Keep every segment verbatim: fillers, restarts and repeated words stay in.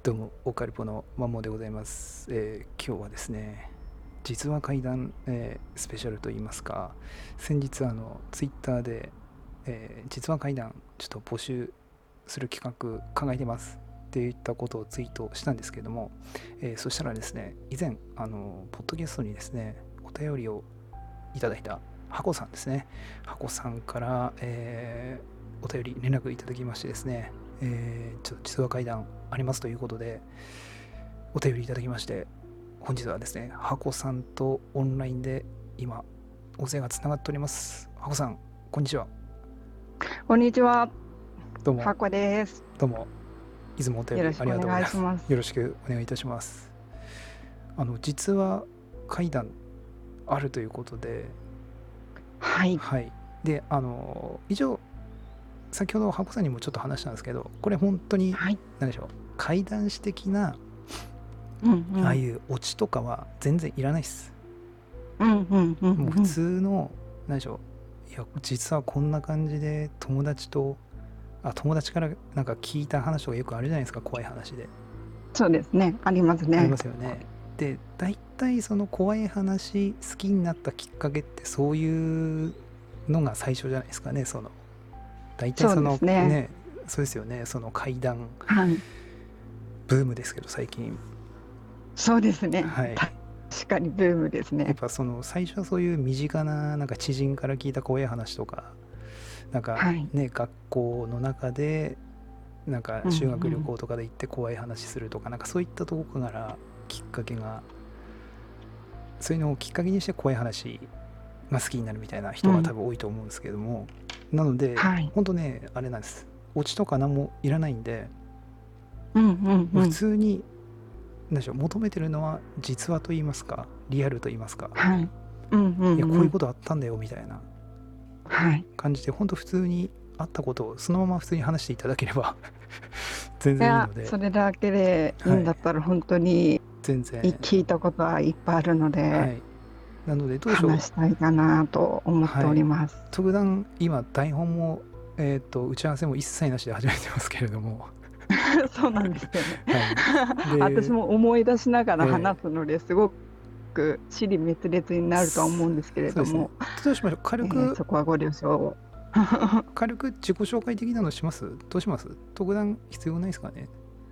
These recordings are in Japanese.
どうも、オカルポのマンモでございます。えー今日はですね、実話怪談、えースペシャルといいますか、先日あのツイッターで、えー実話怪談ちょっと募集する企画考えてますっていったことをツイートしたんですけども、えーそしたらですね、以前あのポッドキャストにですね、お便りをいただいたハコさんですね、ハコさんから、えーお便り連絡いただきましてですね、えーちょっと実話怪談ありますということでお便りいただきまして、本日はですね、ハコさんとオンラインで今音声がつながっております。ハコさん、こんにちは。 こんにちは、 どうもはこです。 どうも、いつもお便よろりありしくお願いがとうございます。 します。 よろしくお願いいたします。あの実は怪談あるということで、 はい、 はい。で、あの以上先ほどハコさんにもちょっと話したんですけど、これ本当にはい、 何でしょう、怪談師的なうんうああん、 いうオチとかは全然いらないです。 うんうんうんもう普うん、 通の何でしょう、いや実はこんな感じで友達とあ友達からなんか聞いた話とかよくあるじゃないですか、怖い話でそうですね、ありますありまね。 すよね。で大体その怖い話好きになったきっかけってそういうのが最初じゃないですかね。その大体そうでそのすね。 ね、そうですよね、その怪談はい、 ブームですけど最近。 そうですね。 はい。 確かにブームですね。 やっぱその最初はそういう身近ななんか知人から聞いた怖い話とか、なんかはい、 ね、学校の中でなんかうんう修学旅ん、 行とかで行って怖い話するとか、なんかそういったとこからきっかけが、そういうのをきっかけにして怖い話が好きになるみたいな人が多うん、 分多いと思うんですけども、なのではい、 本当ね、あれなんです、オチとか何もいらないんで、 うんうんう普ん、 通に何でしょう、求めてるのは実話と言いますかリアルと言いますか、 はい、うんういやんうん、 こういうことあったんだよみたいなはい。 感じで、本当普通にあったことをそのまま普通に話していただければ全いや、 然いいので、 それだけでいいはい、 んだったら本当に全然、 聞いたことはいっぱいあるので、 はい。なのでどうでしょう、 話したいかなと思っておりはい。 ます。 特段今台本も、えー、と打ち合わせも一切なしで始めてますけれどもそうなんですよね。 はい。 私で、 も思い出しながらえ話すのですごく支離滅裂になるとは思うんですけれそうですね。 ども、 どうしましょう、軽えーくそこはご了承を。 軽く自己紹介的なのします？どうします？特段必要ないですかね？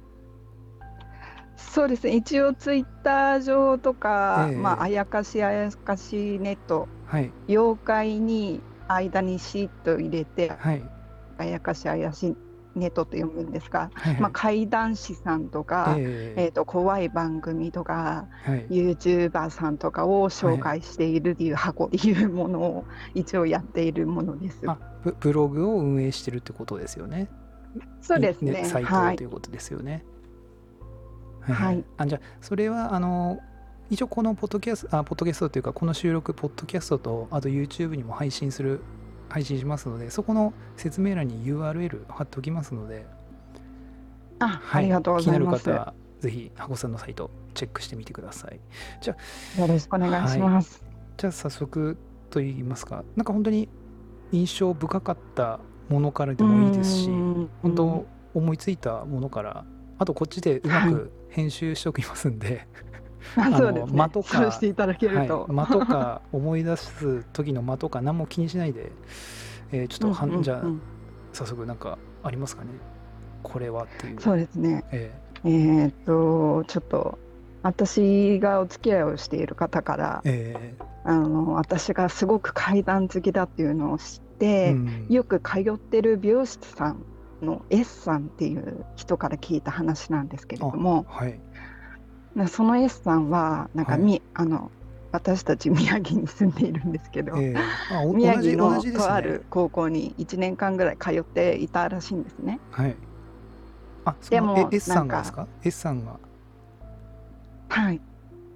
そうですね、一応ツイッター上とか、まあ、あえやかしあやかしネット、 ー、はい妖怪に間にしと入れて、 はいあやかしあやしネットと読むんですが、まあ、 はいはい、 怪談師さんとか、 ええーと、怖い番組とか、 ー、はい YouTuber さんとかを紹はいはい、 介しているっていう箱っていうものを一応やっているものです。 あブブログを運営してるってことですよね。 そういね、 ですね。 サイトはい。 ということですよね。はいはい。 はい。 あ、じゃあ、それは、あの、一応このポッドキャスト、あ、ポッドキャストというか、この収録、ポッドキャストと、あと YouTube にも配信する、配信しますので、そこの説明欄に ユーアールエル 貼っておきますので、 あ、あはい。 りがとうご気になるざいます。よ方は、ぜひ、ハコさんのサイト、チェックしてみてください。じゃろしくおあ、 願いはい。 します。 じゃあ、早速と言いますか、なんか本当に印象深かったものからでうーもいいですし、本ん。 当思いついたものから、あとこっちでうまはい。 く編集しておきますんで、 あ、 あの間そうですね。そうしとか、 ていただけるはい、 と。 間とか思い出す時の間とか何も気にしないで、えーちょっとうんはんじゃあうんうん。 早速なんかありますかね、これはっていう。 そうですね。 ええーっと、ちょっと、私がお付き合いをしている方から、 ー、えあの、私がすごく階段好きだっていうのを知っー、うて、 ん、 よく通ってる美容室さんの S さんっていう人から聞いた話なんですけれあ、 ども、 はいなその S さんは、なんかはい、 み、あの、私たち宮城に住んでいるんですけど、 えー、あお同宮城じ同のとあじですね。 る高校にいちねんかんぐらい通っていたらしいんですね。 はい。あ、そのえでも、 S なんか、 さんがですか？ S さんが、 はい。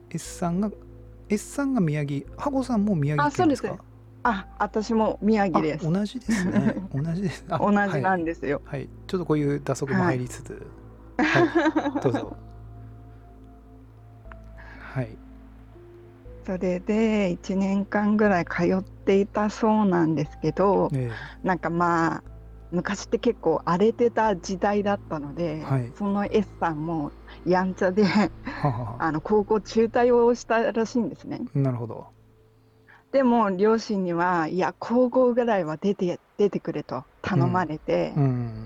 S さんが S さんが宮城、ハゴさんも宮城あ、そうです。 県ですか？ あ、私も宮城あ、 です。 同じですね。同じです。あ、 同じはい。 なんですよ。 はい。ちょっとこういう打足もはい。 入りつつ、はい。どうぞ。はい。 それでいちねんかんぐらい通っていたそうなんですけど、 えなんかまあ、 昔って結構荒れてた時代だったので、 はい。 その S さんもやんちゃでははは。 あの高校中退をしたらしいんですね。 なるほど。 でも両親には、いや、高校ぐらいは出て、出てくれと頼まうん。 れて、 うん。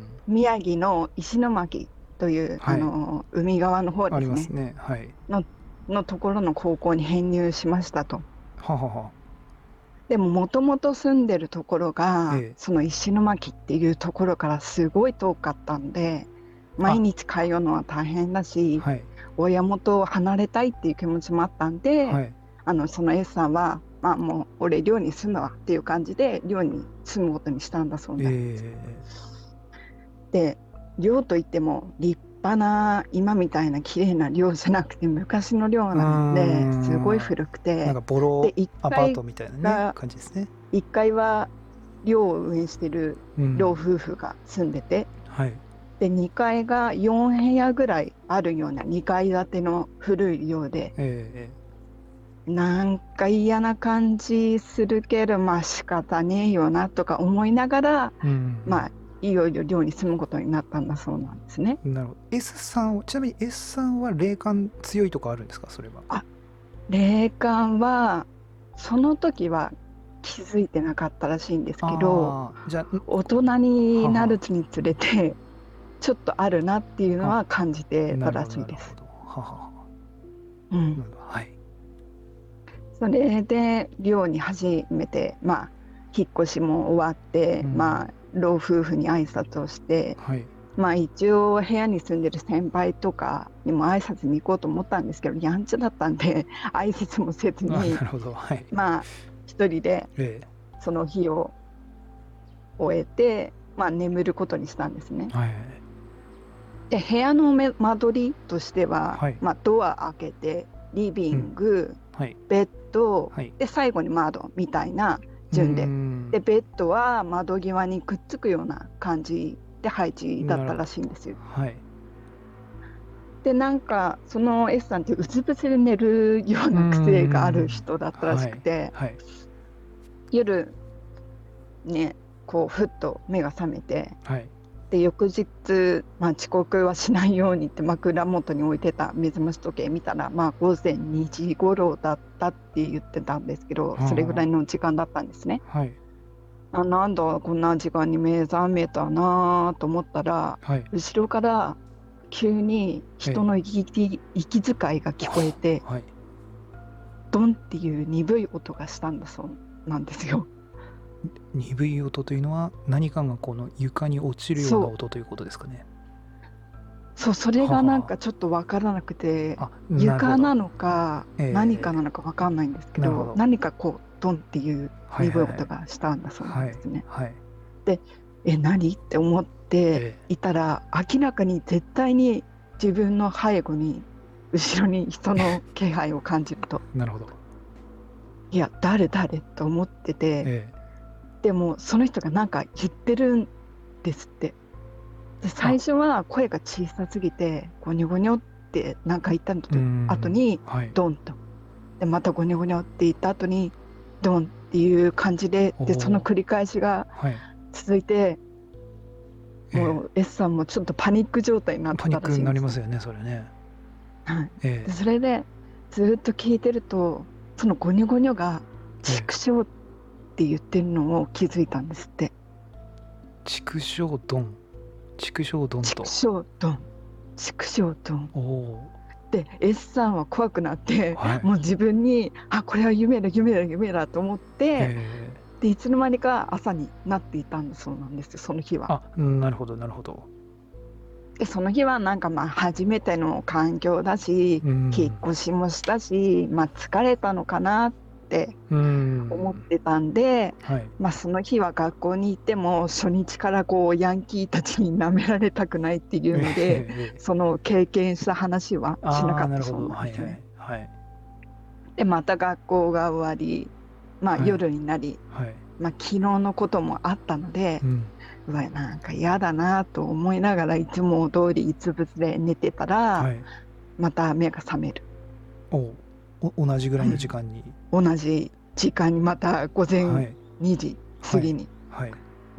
宮城の石巻というあはい。 の海側の方あですね、 りますね。はい。 の、のところの高校に編入しましたと。 ははは。 でも、もともと住んでるところが、 ええ。 その石巻っていうところからすごい遠かったんで、毎あ、 日通うのは大変だし、 はい。 親元を離れたいっていう気持ちもあったんで、 はい。 あのその S さんは、まあ、もう俺、寮に住むわっていう感じで、寮に住むことにしたんだそうえなんです。 え。 で、寮といっても立派な今みたいな綺麗な寮じゃなくて、昔の寮うーなんですごいん。 古くて、 なんかボロで、1 アパート階みたいなね、 が、 感じですね。 いっかいは寮を運営してるうん。 老夫婦が住んでて、 はい。 で、にかいがよん部屋ぐらいあるようなにかい建ての古い寮で、 ええ。 なんか嫌な感じするけど、まあ仕方ねえよなとか思いながら、 うん。 まあ、いよいよ寮に住むことになったんだそうなんですね。 うん。なるほど。S さん、ちなみに S さんは霊感強いとかあるんですか、それは。 あ、霊感は、その時は気づいてなかったらしいんですけど、 ああ、じゃあ、ん大人になるはは。 につれて、ちょっとあるなっていうのあ、 は感じてたらなるほど、 しいです。 なるほど。ははは。 うん。 なるほど。はい。 それで寮に初めて、まあ、引っ越しも終わって、 うん。 まあ、老夫婦に挨拶をして、 はい。 まあ、一応部屋に住んでる先輩とかにも挨拶に行こうと思ったんですけど、やんちゃだったんで挨拶もせずあ、なに、 るほど。はい。 まあ、一人でえその日を終えて、まあ、眠ることにしたんですね。 え。はい。 で、部屋のめ間取りとしては、 はい。 まあ、ドア開けて、リビうん。 ング、 はい。 ベッド、 はい。 で、最後に窓みたいなうー順で。 ん。 で、ベッドは窓際にくっつくような感じで配置だったらなるほど。 しいんですよ。 はい。 で、なんか、その S さんってうつ伏せで寝るよううーな癖があるん。 人だったらはい。 しくて、 はい。 夜ね、こう、ふっと目が覚めて、 はい。 で、翌日、まあ、遅刻はしないようにって枕元に置いてた目覚まし時計見たら、まあ、午前にじ頃だったって言ってたんですけど、 はそれぐらいあ。 の時間だったんですね。 はい。 あ、なんだ、こんな時間に目覚めたなと思ったら、 はい。 後ろから急にええ。 人の息き息遣いが聞こえて、 はい。 ドンっていう鈍い音がしたんだそうなんですよ。 鈍い音というのは何かがこの床に落ちるようなそう、 音ということですかね。 そう、それははは。 がなんかちょっとわからなくて、 あ、なるほど。 床なのか何かえなのかわかんないんですけど、 え。なるほど。 何かこう、ドンっていうはいはいはい。 鈍い音がしたんだそうなんはい。 ですね。 はい。 で、え、何って思ってえいたら、明らかに絶対に自分の背後に、後ろに人の気配を感じると、 え。なるほど。 いや、誰誰と思ってて、 ええ。 でもその人がなんか言ってるんですって。で、 あ、 最初は声が小さすぎて、ゴニョゴニョってなんか言ったのうーと後ん。 に、 はい。 ドンと。で、またゴニョゴニョって言った後に、ドンっていう感じで、 おで、そのお。 繰り返しがはい。 続いて、もえう S さんもちょっとパニック状態になえ。 ってたらパニックにしいんですね。 なりますよね、それね。 はい。で、 えそれでずっと聞いてると、そのゴニョゴニョがえ。ええ。 畜生って言ってるのを気づいたんですって。 畜生ドン。畜生ドン畜と。 生ドン、畜生ドン。 おお。 で、S さんは怖くなって、 はい。 もう自分に、あ、これは夢だ、夢だ、夢だと思って、 ええ。 で、いつの間にか朝になっていたんだそうなんですよ、その日は。 あ、なるほど、なるほど。 で、その日はなんかまあ初めての環境だし、 うーん。 引っ越しもしたし、まあ疲れたのかなってうー思っん。 てたんで、 はい。 まあその日は学校に行っても初日からこうヤンキーたちに舐められたくないっていうえので、 え。ええ。 その経験した話はしなああ、 かったそうなるほど。 なんですね。 はいはい。はい。 で、また学校が終わり、まあはい。 夜になり、 はい。 まあ昨日のこともあったので、 うん。 うわ、なんか嫌だなと思いながらいつも通りうつ伏せで寝てたら、 はい。 また目が覚める。 おお、同じぐらいの時うん間に。 同じ時間にまた午前はい。 にじ過はい。 ぎにはい。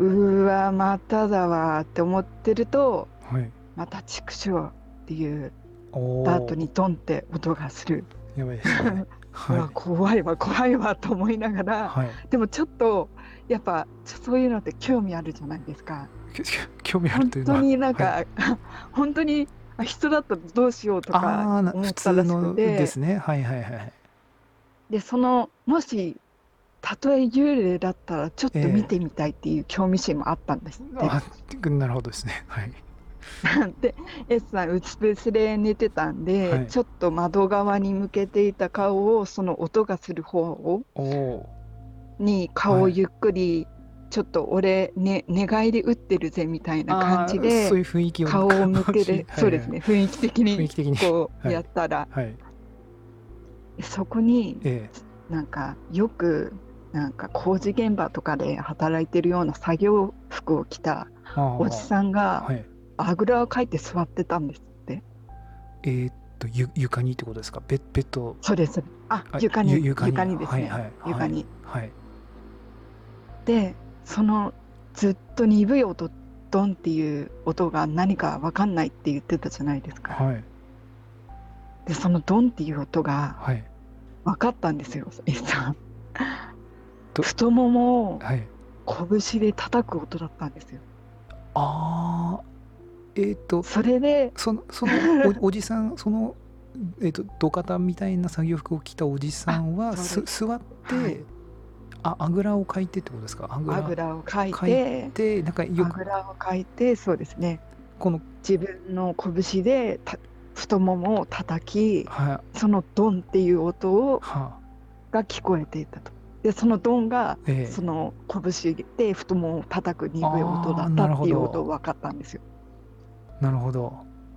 うーわ、まただわって思ってると、 はい。 また畜生っていうおダートにお、 ドンって音がする。 やばいですね。 うわ、 はい。 怖いわ、怖いわと思いながら、 はい。 でもちょっと、やっぱそういうのって興味あるじゃないですか。 き興味ある本当というのは、はい。 になんか、本当にあ人だったらどうしようとかああ、な普思ったらしく通のでて、 すね。はいはいはい。 で、その、もし、たとえ幽霊だったらちょっと見えてみたいっていう興味心もあったんですって。 ー、あ、なるほどですね。はい。 で、S さん、うつ伏せで寝てたんで、 はい。 ちょっと窓側に向けていた顔を、その音がする方をおお、 に顔はい。 をゆっくり、ちょっと俺、ね、寝返り打ってるぜみたいな感ああ、そじで、 ういう雰囲気を顔を向醸し、 けて、 はいはい。 そうですね、雰囲気的に雰囲気的に、 こうはい。 やったら、 はい。 そこにえなんかよく、なんか工事現場とかで働いてるような作業服を着たー、あおじさんがあ、はい。 あぐらをかいて座ってたんですって。 えーっと、ゆ床にってことですか？ベッベッド、 そうです。あ、 あ、ゆ床に、床床に、 にですね。 はいはいはい。 床に。 はい。 で、そのずっと鈍い音、ドンっていう音が何かわかんないって言ってたじゃないですか。 はい。 で、そのドンっていう音がはい。 分かったんですよ、A さん。 と、 太ももをはい。 拳で叩く音だったんですよ。 ああ、えーっと、 それで、 その、そのお、おじさん、その、えーっと、土方みたいな作業服を着たおじさあ、 んは、す、 そうです。 座っはい。 て、あ、あぐらをかいてってことですか？あぐあらぐらをかいかいて、 て、なんかよく、 あぐらをかいて、そうですね。 この、 自分の拳でた太ももを叩き、 は、 そのドンっていう音をは、 が聞こえていたと。で、そのドンがええ、 その拳で太ももを叩く鈍い音だああ、なるほったっていうことをど。 分かったんですよ。 なるほど。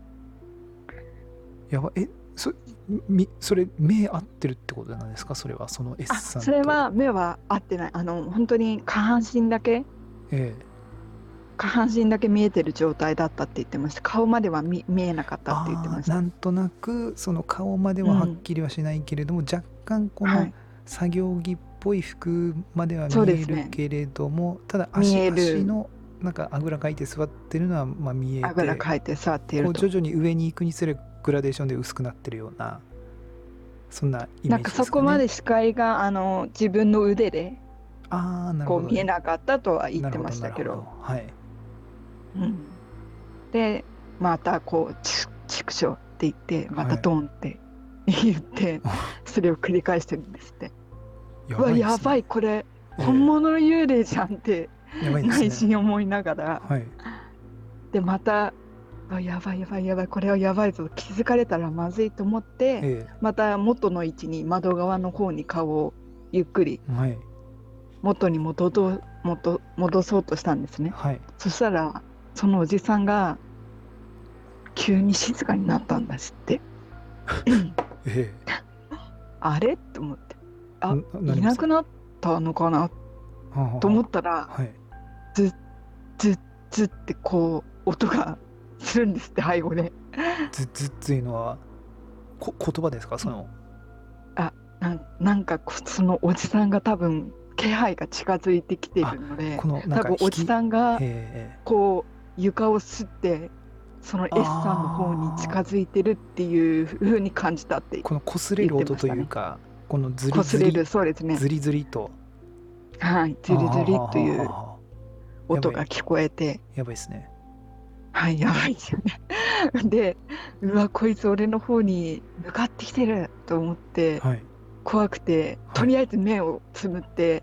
やば、え、そ、み、それ、目合ってるってことなんですか？それは、そのあ、 S さんと。 それは目は合ってない。あの、本当に下半身だけ、 ええ。 下半身だけ見えてる状態だったって言ってました。顔までは見、見えなかったって言ってああ、 ました。 なんとなく、その顔までははっうん。 きりはしないけれども、若干このはい。 作業着っぽい服まではそう見えですね。 るけれども、ただ見足、 える、 足の、なんかあぐらかいて座ってるのは、まあ、見えあぐらて、 かいて座っていると。 こう徐々に上に行くにつれグラデーションで薄くなってるような、そんなイメーなんかジですかね。 そこまで視界が、あの、自分の腕でああ、なるこうほどね。 見えなかったとは言っなるほど、 てましなるほど。 たけど。 はい。 うん。で、またこう、ち畜生って言って、またはい。 ドンって言って、それを繰り返してるんですって。 やうわ、 ばいですね。 やばい、これ、本え物の幽霊じゃんってえ、やばいです内ね。 心思いながら、 はい。 で、また、うわやばい、やばい、やばい、これはやばいぞ、気づかれたらまずいと思って、 えまた元の位置に窓側の方に顔をゆっくりえ、はい。 元に戻とう戻戻そうとしたんですね。 はい。 そしたら、そのおじさんが急に静かになったんですって。 えあれと思って、 え、 あ、 んなりますか？ いなくなったのかなはあはとあは思ったら、 あ、はい。 ズッズッズッってこう音がするんですって、背後で。 ずずっていうのは、こ言葉ですか？その、 あ、なんなんかこそのおじさんが多分気配が近づいてきていあ、 るので、 このなん多分おじか引き、 さんがええ、 こう床を擦ってその S さんの方に近ああ、 づいてるっていう風に感じたってこの擦れ言っる音とてましたね。 いうか、このズリズリ、 擦れる、そうですね。 ズリズリと、 はい、 ああ、 ズリズリはあはあというはあはあ、やばい、 音が聞こえて、 やばいですね。 はい、やばいですよね。で、うわ、こいつ俺の方に向かってきてると思って、 はい、 怖くて、 はい、 とりあえず目をつむって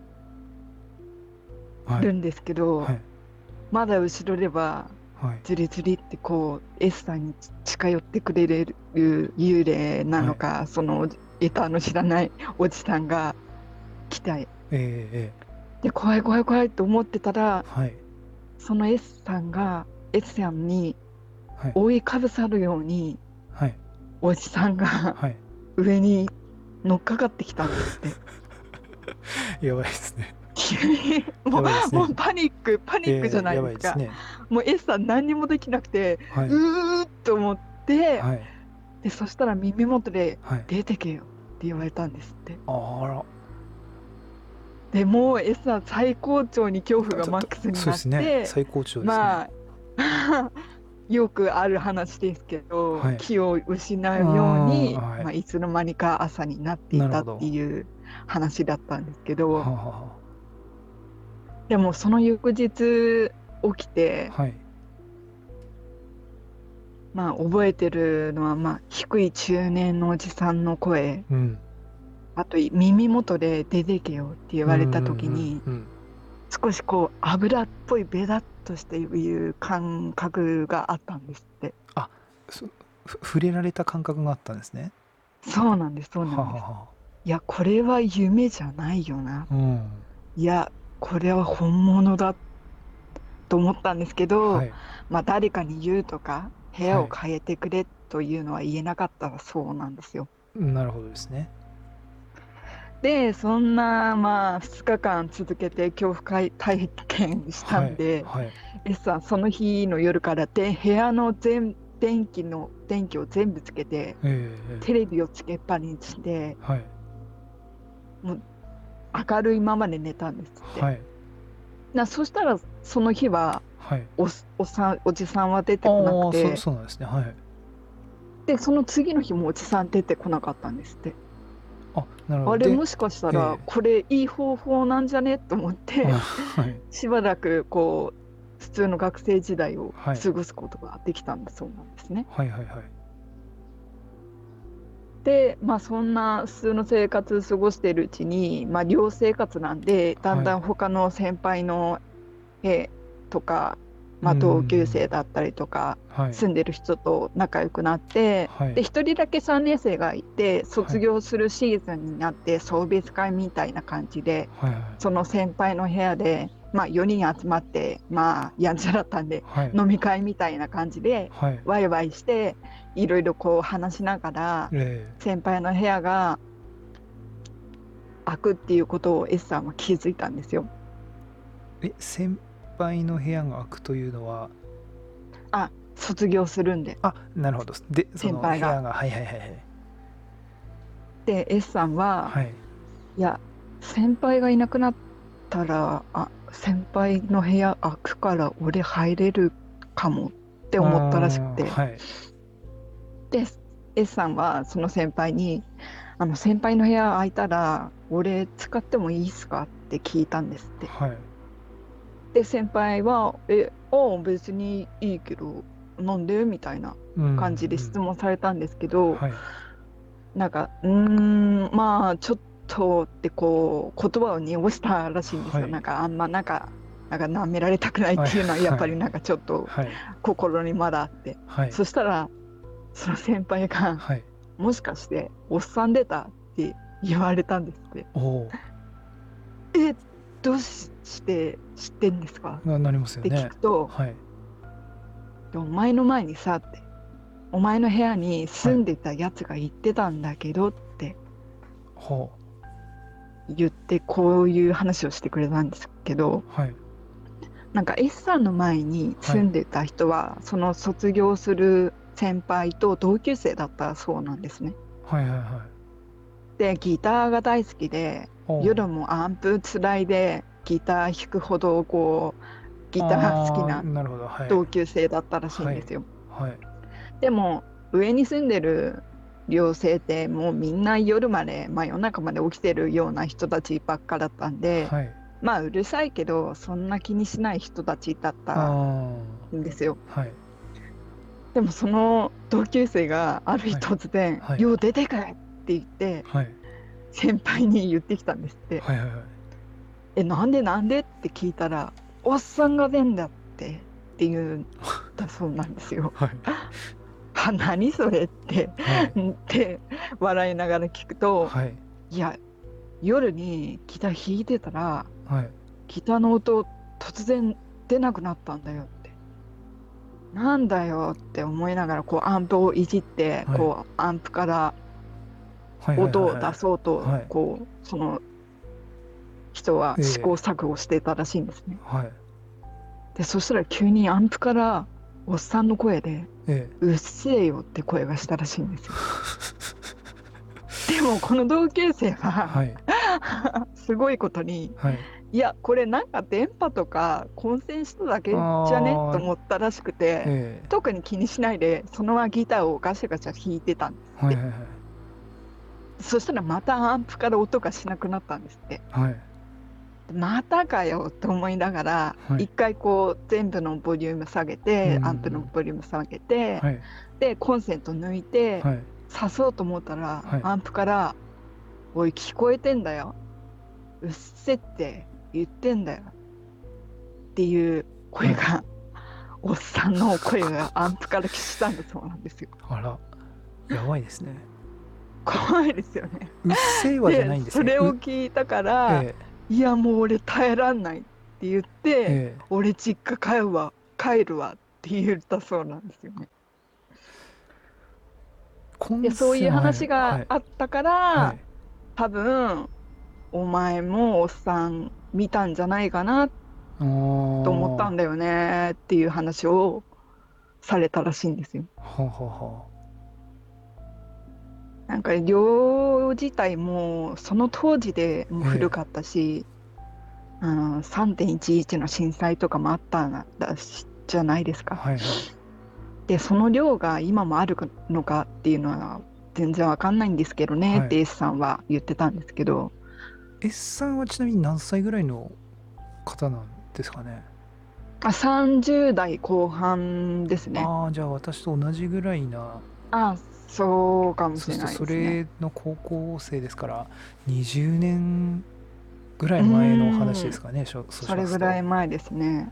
はい、 るんですけど、 はい、 まだ後ろでは、 はい、 ズリズリってこう、S さんに近寄ってくれる幽霊なはい、 のか、その、得たの知らないおじさんが来て、 ええ、ええ、 で、怖い怖い怖いと思ってたら、 はい、 その S さんが、S さんにはい、 覆いかぶさるように、 はい、 おじさんがはい。 上に乗っかかってきたんですって。 やばいですね。 急にもやばいですう、もね。 うパニック、パニックじゃええ、やないですか。 ばいですね。 もう S さん何にもできなくて、 はい、 うーっと思って、 はい、 で、そしたら耳元ではい。 出てけよって言われたんですって。 あら、 でも S さん最高潮に恐怖がマックスになっそうですね。 て、 最高潮ですね。 まあよくある話ですけど、 はい。 気を失ううように、 ん、はまあ、 い。 いつの間にか朝になっていたっなるほど。 ていう話だったんですけど、 はあ、はでもその翌日起きて、 あ、はい。 まあ覚えてるのは、まあ低い中年のおじさんの声、 うん。 あと耳元で出てけよって言うん、うわれた時ん、 に、 うん、うん。 少しこう油っぽいベタっとしていう感覚があったんですって。 あ、そふ触れられた感覚があったんですね。 そうなんです、そうなはあ、 んです。 はあ、 いや、これは夢じゃないよな。 うん。 いや、これは本物だと思ったんですけど、 はい。 まあ誰かに言うとか、部屋はい。 を変えてくれというのは言えなかったそうなんですよ。 なるほどですね。 で、そんな、まあ、ふつかかん続けて恐怖会体験したはい。 んで、 はい。 S さん、その日の夜からで部屋の全電気の電気を全部つけて、 ええ、 テレビをつけっぱにして、 はい。 もう明るいままで寝たんですって。 はい。 な、そしたら、その日ははい。 お、おさん、おじさんは出てこなくああ、そ、 て、 そうなんですね。はい。 で、その次の日もおじさん出てこなかったんですって。 あ、なるほど。 あれ、 で、 もしかしたら、 ええ、 これいい方法なんじゃねと思っあ、 て、 はい。 しばらくこう普通の学生時代をはい。 過ごすことができたんだそうなんですね。 はい。はい。はい。 で、まあそんな普通の生活過ごしているうちに、まあ寮生活なんで、だんはい。 だん他の先輩の絵とか、 うーまあ同級ん。 生だったりとか、 はい。 住んでる人と仲良くなって、 はい。 で、一人だけさんねん生がいて、 はい。 卒業するシーズンになって送別会みたいな感じで、 はい。はい。 その先輩の部屋で、まあ、よにん集まって、まあ、やんちゃだったんで、 はい。 飲み会みたいな感じで、 はい。 ワイワイして、いろいろこう話しながら、 え先輩の部屋が開くっていうことを S さんは気づいたんですよ。 え。え、先輩の部屋が開くというのは、 あ、卒業するんで、 あ、なるほど。で、そ先輩が。 の部屋が、はい。はい。はい。はい。 で、S さんは、 はい。 いや、先輩がいなくなったら、あ、先輩の部屋開くから俺入れるかもってうー思ったらしくん。 て、 はい。 で、S さんはその先輩に、あの先輩の部屋空いたら、俺使ってもいいっすかって聞いたんですって。 はい。 で、先輩は、え、ああ、別にいいけど、なんでみたいなうん。う感じでん。 質問されたんですけど、 はい。 なんか、うーん、まあ、ちょっとってこう、言葉を濁したらしいんですよ。 はい。 なんか、あんまなんか、なんか舐められたくないっはい。 ていうのは、やっはい。 ぱりなんかちょっとはい。 心にまだあって。 はい。 そしたら、その先輩が、 はい。 もしかして、おっさん出たって言われたんですって。 おお。 え、どうして知ってんですかな、なりますって聞よね。 くと、 はい。 お前の前にさって、お前の部屋にはい。 住んでたやつが言ってたんだけどってほ言って、こういう話をしてくれたんですけど、 う。はい。 なんか S さんの前にはい。 住んでた人は、その卒業する先輩と同級生だったそうなんですね。 はい。はい。はい。 で、ギターが大好きで、 おお。 夜もアンプつないでギター弾くほどこうギター好きああ、 ななるほど。はい。 同級生だったらしいはい。 んですよ。 はい。 でも上に住んでる寮生ってもうみんな夜まで、まあ、夜中まで起きてるような人たちばっかだったんで、 はい。 まあうるさいけどそんな気にしない人たちだっあたんですよ。 あ。はい。 でもその同級生がある日はい。 突然はい。 「よう出てくれ!」って言ってはい。 先輩に言ってきたんですって。 はい。はい。はい。 え、なんでなんでって聞いたら、おっさんが出んだってって言うんだそうなんですよ。 はい。 は、何それって、 はい。 って笑いながら聞くと、 はい。 いや、夜にギター弾いてたら、 はい。 ギターの音突然出なくなったんだよって。なんだよって思いながら、こうアンプをいじって、 はい。 こうアンプからはい。はい。 音を出はい。 そうと、 はい。 こう、その人は試行ええ。 錯誤してたらしいんですね。 はい。 で、そしたら急にアンプからおっさんの声で、 ええ。 うっせえよって声がしたらしいんですよ。でもこの同級生ははい。 すごいことに、 はい。 いやこれなんか電波とか混線しただけじゃねとああ、 思ったらしくて、 ええ。 特に気にしないでそのままギターをガシャガシャ弾いてたんですって。 はいはいはい。 そしたらまたアンプから音がしなくなったんですって。 はい。 またかよと思いながら、 はい。 一回こう全部のボリューム下げうて、アンプのん。 ボリューム下げて、 はい。 でコンセント抜いてはい。 挿そうと思ったら、 はい。 アンプから「おい聞こえてんだよ、うっせって言ってんだよ」っていうはい。 声が、おっさんの声がアンプからしたんだそうなんですよ。 あら、やばいですね。 怖いですよね。 うっせぇわじゃでないんですね。 それをう、 聞いたからえ 「いやもう俺耐えらんない」って言っえ、 てええ。 「俺実家帰るわ帰るわ」って言ったそうなんですよね。で混そういう線、はい、 話がはい、 あったからはい。 多分お前もおっさん見たんじゃないかなあと思ったあ、 んだよねっていう話をされたらしいんですよ。 ははは。 なんか量自体もその当時でもう古ええ、 かったし、あのさんてんいちいちの震災とかもあったんだしじゃないですか。 はいはい。 でその量が今もあるのかっていうのは全然わかんないんですけどねってはい。 S さんは言ってたんですけど、 S さんはちなみに何歳ぐらいの方なんですかね。 あさんじゅう代後半ですね。 ああ、じゃあ私と同じぐらいな、 あ、そうかもしれそうするとそないですね。 れの高校生ですから、にじゅうねんぐらうーい前の話でん、 すかね、しょそうそれぐしますと。 らい前ですね。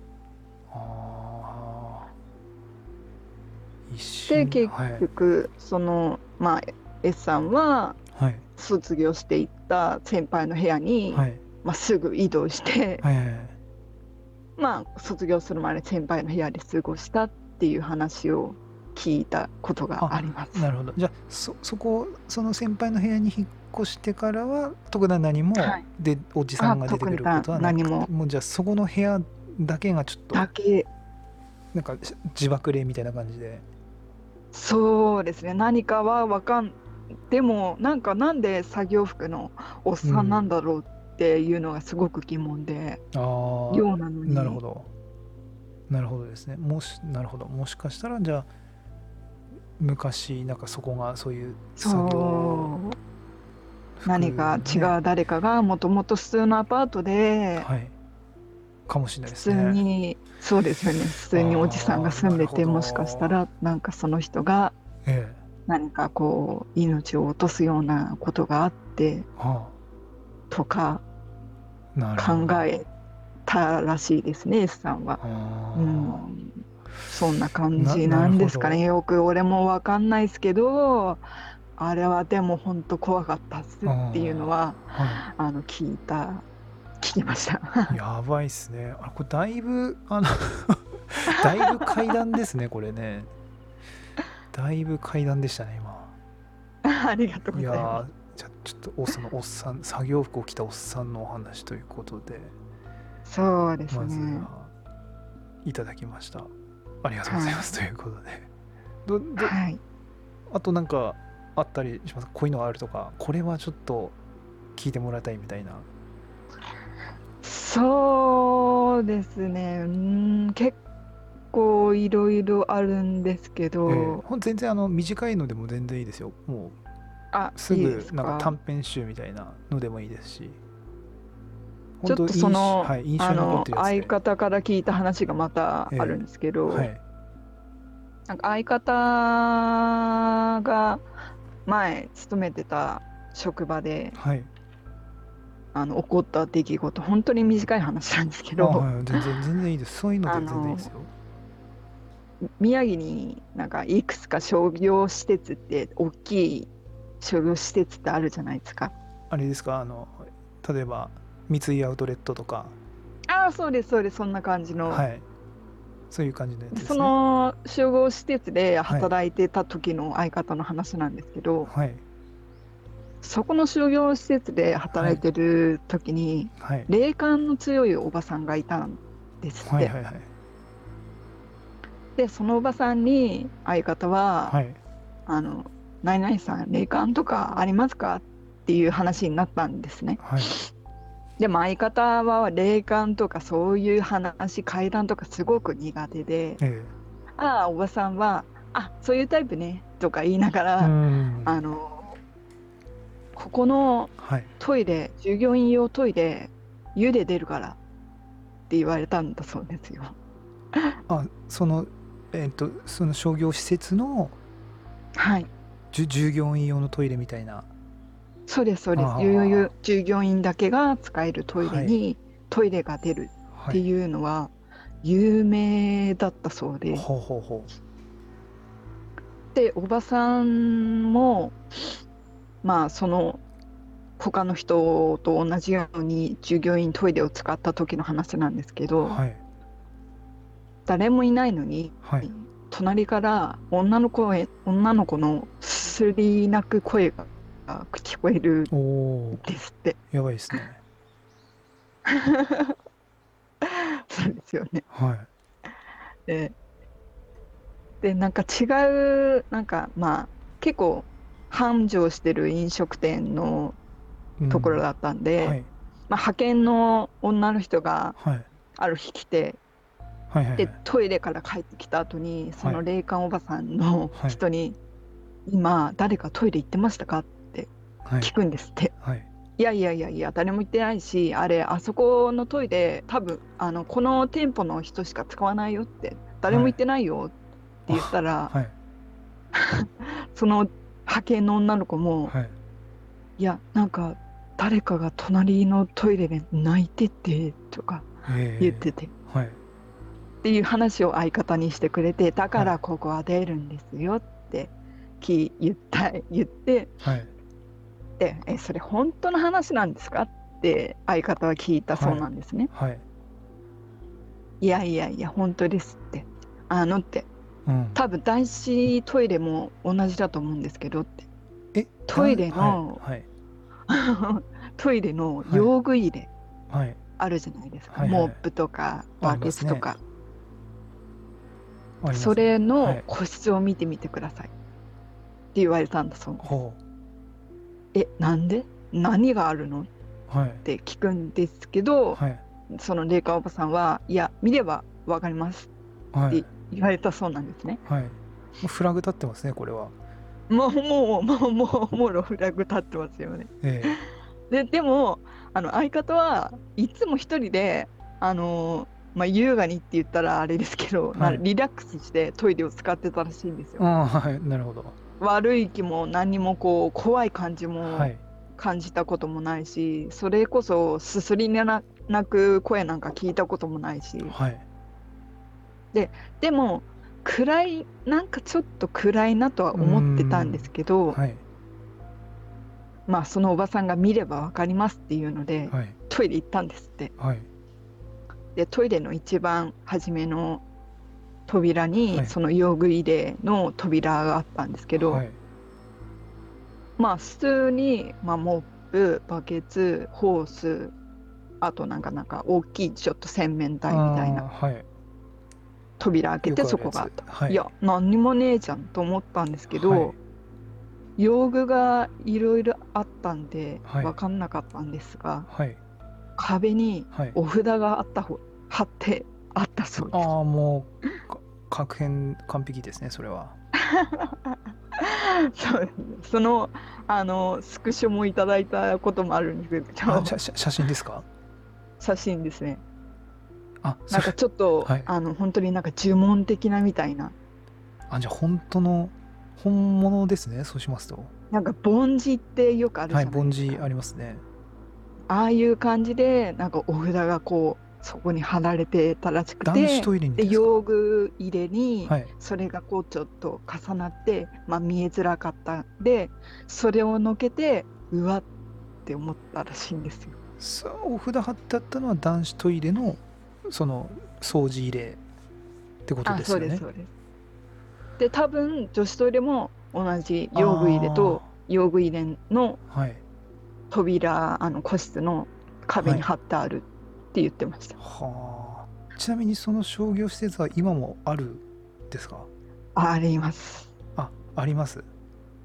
ああ、一で、 瞬、 結はい、 局、その、まあ、S さんははい、 卒業していった先輩の部屋に、 はい、 まあ、すぐ移動して、 はい、はいはい。 まあ、卒業するまで先輩の部屋で過ごしたっていう話を聞いたことがあ、 あります。 なるほど。じゃあ、そ、そこ、その先輩の部屋に引っ越してからは、特段何も、 はい。 で、おじさあ、 んが出て特になくることはなくて、 何ももうじゃあ、そこの部屋だけがちょっと、 だけ、 なんか、自爆霊みたいな感じで。 そうですね、何かはわかん、でも、なんかなんで作業服のおっさんなんうん。 だろうっていうのがすごく疑問で、 ああ、 寮なのに、 なるほど。なるほどですね。もし、なるほど。もしかしたら、じゃあ、昔、なんかそこがそういう作業そう、 服何か違のね、 う誰かがもともと普通のアパートで、 はい、かもしれない普通ですね。 に、そうですよね、普通におじさんがああ、なるほ住んでて、もしかしたど。 ら、なんかその人がええ。 何かこう、命を落とすようなことがあってはとかあ、なるほど。 考えたらしいですね、S さんは。うあん、そんな感あ、な、 じなるなんですかね。 ほど。 よく俺もわかんないですけど、あれはでも本当怖かったっすっていうのは、 ああ、はあの、聞いた、聞きました。 い。やばいっすね。あ、これだいぶ、あのだいぶ階段ですね、これね。だいぶ階段でしたね、今。 ありがとういやございます。 ー、じゃあちょっとお、そのおっさん、作業服を着たおっさんのお話ということで、 そうですまずね。 はいただきました。ありがとうございはい。 ますということで。ど、ど、 はい。 あとなんかあったりします？こういうのがあるとか、これはちょっと聞いてもらいたいみたいな。 そうですね。うん、結構いろいろあるんですけど、 ええ、ほん全然あの短いのでも全然いいですよ。もあ、 うすいいでぐなんかすか。 短編集みたいなのでもいいですし、本ちょっとそ当印象、 の、 はい、印象に残っあの、 てるやつで。 相方から聞いた話がまたあるええ、 んですけど、 はい、 なんか相方が前勤めてた職場で、 はい。 あの、起こった出来事、本当に短い話なんですけあ、 ど、 はい、全然、全然いいです。そういうのあで全然いいですの、 よ。 宮城になんかいくつか商業施設って、大きい商業施設ってあるじゃないですか。 あれですか、あの、例えば、三井アウトレットとか、 ああ、そうです、そうです、そんな感じの。 はい、そういう感じのやつでそですね。 の集合施設ではい、 働いてた時の相方の話なんですけど、 はい、 そこの商業施設ではい、 働いてる時に、 はい、 霊感の強いおばさんがいたんですっはい、 て。 はい、はい、 で、そのおばさんに相方は、 はい、 あの、何々さん、霊感とかありますかっていう話になったんですね。 はい、 でも相方は霊感とかそういう話、怪談とかすごく苦手で、 えああ、おばさんは、あ、そういうタイプね、とか言いながえ。うら、 ん。 あの、ここのはい。 トイレ、従業員用トイレ、湯で出るからって言われたんだそうですよ。 あ、その、えっと、その商業施設のはい。 じゅ従業員用のトイレみたいな。 そうです、そうです。ゆゆあゆ従業員だけが使えるあ、 トイはい。 レにトイレが出るってはい。 いうのは有名だったそうで、 ほうほうほで、おばさんも、まあ、その他の人と同じように従業員トイレを使った時の話なんですけう。 ど、 はい。 誰もいないのに、 はい。 隣から女の声、女の子のすすり泣く声が聞こえるおんお、 ですって。 やばいですね。 そうですよね。 はで、で、なんか違う、なんかまあ、結構繁盛してる飲食店のい。うん。 ところだったんで、 はい。 まあ、派遣の女の人がはい。 ある日来て、で、 はいはいはい。 トイレから帰ってきた後に、そはい。 の霊感おばさんのはい。 人に、今、誰かトイレ行ってましたかってはい。 聞くんですって。 はい。 いやいやいやいや、誰も行ってないし、あれ、あそこのトイレ、多分、あの、この店舗の人しか使わないよって、誰もはい。 行ってないよって言ったあ、 ら、 はい。 その派遣の女の子も、 はい。 いや、なんか、誰かが隣のトイレで泣いてて、とか言っえてて、っえ。はい。 ていう話を相方にしてくれて、だかはい。 らここは出るんですよってき言った、言って、 はい。 で、え、それ本当の話なんですかって相方は聞いたそうはい。 なんですね。 はい。 いやいやいや、本当ですって。あのって、 うん。 多分男子トイレも同じだと思うんですけどって、 え、だトイんはい。 レの、 はい。 トイレのはい。 用具入れはい。 あるじゃないですか。 はいはい。 モップとかありバますね。 ケツとか。そありますね。 れのはい。 個室を見てみてくださいって言われたんだそうです。 ほえ、なんで何があるのっう。はい。 て聞くんですけど、 はい。 その霊感おばさんは、いや、見ればわかりますってはい。 言われたそうなんですね。 はい。もうフラグ立ってますね、これは。 もう、もう、もう、もう、もろフラグ立ってますよね。 えで、でも、あの、相方はいつも一人で、あの、まあ、優雅にって言ったらあれですけど、 え。はい。 なリラックスしてトイレを使ってたらしいんですよ。 ああ、はい。なるほど。 悪い気も何にもこう怖い感じもはい。 感じたこともないし、それこそすすり泣く声なんか聞いたこともないし、 はい。 で、でも暗い、なんかちょっと暗いなとうーは思ってたんでん。 すけど、 はい。 まあそのおばさんが見ればわかりますっていうので、 はい。 トイレ行ったんですって。 はい。 で、トイレの一番初めの扉はい。 にその用具入れの扉があったんですけど、 はい。 まあ普通に、まあ、モップ、バケツ、ホース、あとなんかなんか大きいちょっと洗面あ台みたいなあ、はい。 扉開けよてくあるやつ。 そこがあった。 はい。 いや、何にもねえじゃんと思ったんですけはい。 ど、用具がいろいろあったんではい。 分かんなかったんですが、 はい。 壁にはい。 お札があったほ貼ってあったそうです。 ああ、もう、か確変完璧ですね、それは。 そうですね。その、あの、スクショもいただいたこともあるんですけあ、 ど、 写写写真ですか？ 写真ですね。 あ、それ、 なんかちょっと、 はい。 あの、本当になんか呪文的なみたいな、 あ、じゃあ本当の、本物ですね、そうしますと。 なんか梵字ってよくあるはい、 じゃない梵字あですか。 りますね。 ああいう感じで、なんかお札がこう、そこに貼られてたらしくて、 男子トイレにで、 ですか？ 用具入れに、 はい。 それがこう、ちょっと重なって、まあ見えづらかったんで、それをのけて、うわって思ったらしいんですよ。 そう、お札貼ってあったのは男子トイレの、その、掃除入れってことあ、そうです、 ですよね。 そうです。で、多分、女子トイレも同じ用具入れと、 あ用具入れのあ、はい。 扉、あの、個室の壁はい。 に貼ってあるって言ってました。 はあ。ちなみにその商業施設は今もあるんですか？ あります。 あ、あります。 あ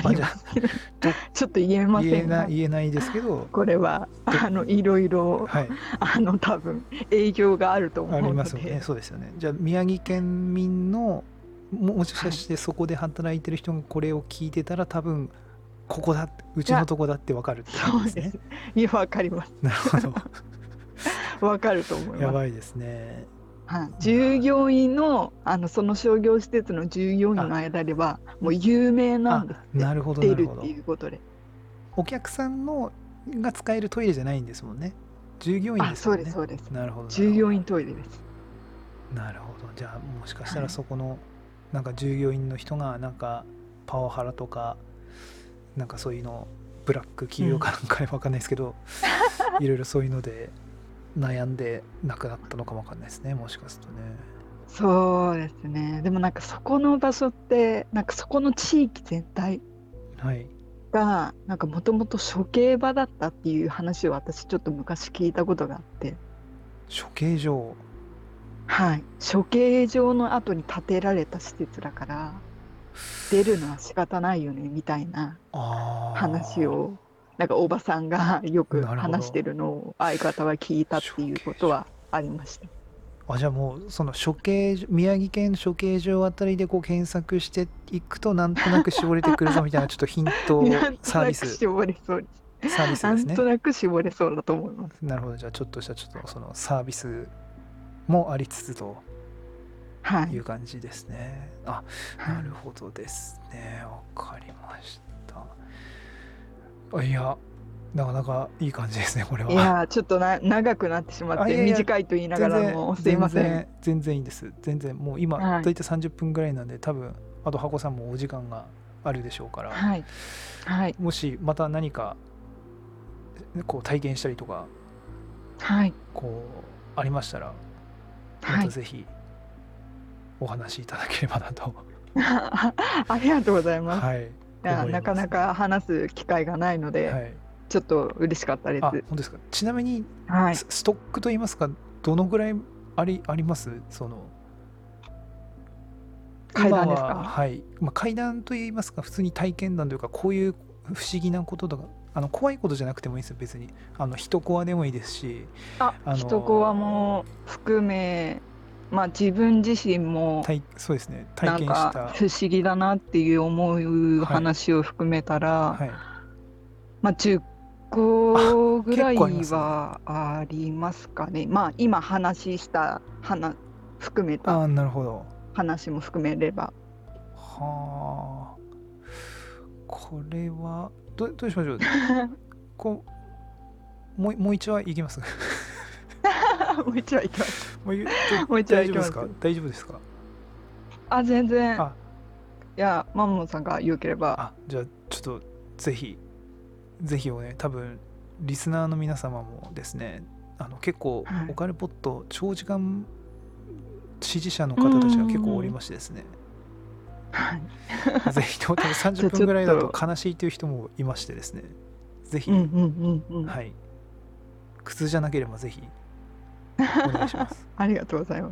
あります。ちょっと言えま言えせんが、 な言えないですけど、 これはどあのいろいろはい、 あの多分営業があるとあり思うのますよね。 で、 そうですよね。じゃあ宮城県民のももしかはい。 してそこで働いてる人がこれを聞いてたら多分ここだういや、 ちのとこだってわかるって感じですね。 そうです。いや、わかります。 なるほど。 わかると思います。 やばいですね。 はい。従な業員の、あの、その商業施設の従業員あの間では、もう有名なんですあって。 なるほど出るってなるほど。 いうことで。 お客さんのが使えるトイレじゃないんですもんね。従業員あ、そうです、 ですもんね。 そうです。 なるほどなるほど。 従業員トイレです。 なるほど。じゃあもしかしたらはい。 そこのなんか従業員の人がなんかパワハラとかなんかそういうのブラック企業かうん。 なんかわかんないですけど、いろいろそういうので悩んで亡くなったのかもわかんないですね、もしかするとね。 そうですね。でもなんかそこの場所って、なんかそこの地域全体はい。 が、なんかもともと処刑場だったっていう話を私ちょっと昔聞いたことがあって、 処刑場。 はい。処刑場の後に建てられた施設だから、出るのは仕方ないよね、みたいな話あを、なんかおばさんがよあ、 くなるほど。 話してるのを相方は聞いたっ処ていう刑場。 ことはありました。 あ、じゃあもうその処刑所宮城県処刑場あたりでこう検索していくとなんとなく絞れてくるぞみたいなちょっとヒントなんとサービスなく絞れそうです。 サービスなんとですね。 なく絞れそうだと思います。 なるほど。じゃあちょっとしたちょっとそのサービスもありつつとはい。 いう感じですね。あ、なるはい。 ほどですね。わかりました。あ、いや、なかなかいい感じですね、これは。 いやー、ちょっとな長くなってしまっあ、いて、 やいや、 短いと言いなが全然、 らもすいません。 全然、全然いいんです。全然、もう今、 はい。 だいたいさんじゅっぷんぐらいなんで、多分、あと、箱さんもお時間があるでしょうから、 はい。はい。 もしまた何か、こう、体験したりとか、 はい。 こう、ありましたら、まはい。 たぜひお話しいただければなと、 ありがとうございます。いはい、 や、 思いなかなますね。 か話す機会がないので、 はい。 ちょっと嬉しかったであ、 す。 本当ですか。ちなみに、 はい。 スストックといいますか、どのぐらいあり、ありますその、 階今は、 段ですか？ はい、まあ、怪談といいますか、普通に体験談というか、こういう不思議なこととか、あの怖いことじゃなくてもいいですよ、別に。あの人コアでもいいですし、 あ、 あ一コアのも含め、まあ自分自身も体そうですね、体なん験した、 か不思議だなっていう思うはい、 話を含めたら、 はい。 まあじゅっあ、 こぐ結ら構ありますね。 いはありますかね。まあ今話した話含めたああ、なるほど。 話も含めれば。 はあ、これは、どどうしましょう。こう、もうもう一話いきます。 もう一話いきます。 もういもう一話大丈夫ですかいきます。 大丈夫ですかあ、全然。 あ、 いや、マンモンさんが良ければ。 あ、じゃあちょっとぜひぜひをね、多分リスナーの皆様もですね、あの結構はい。 オカルポット長時間支持者のうー方たちが結構おりん。 ましてですね、 はい。 ぜひ多分30 じゃあちょっ分ぐらいだとと、 悲しいという人もいましてですね、ぜひ、 うんうんうんうん。 はい、苦痛じゃなければぜひお願いします。 ありがとうございます。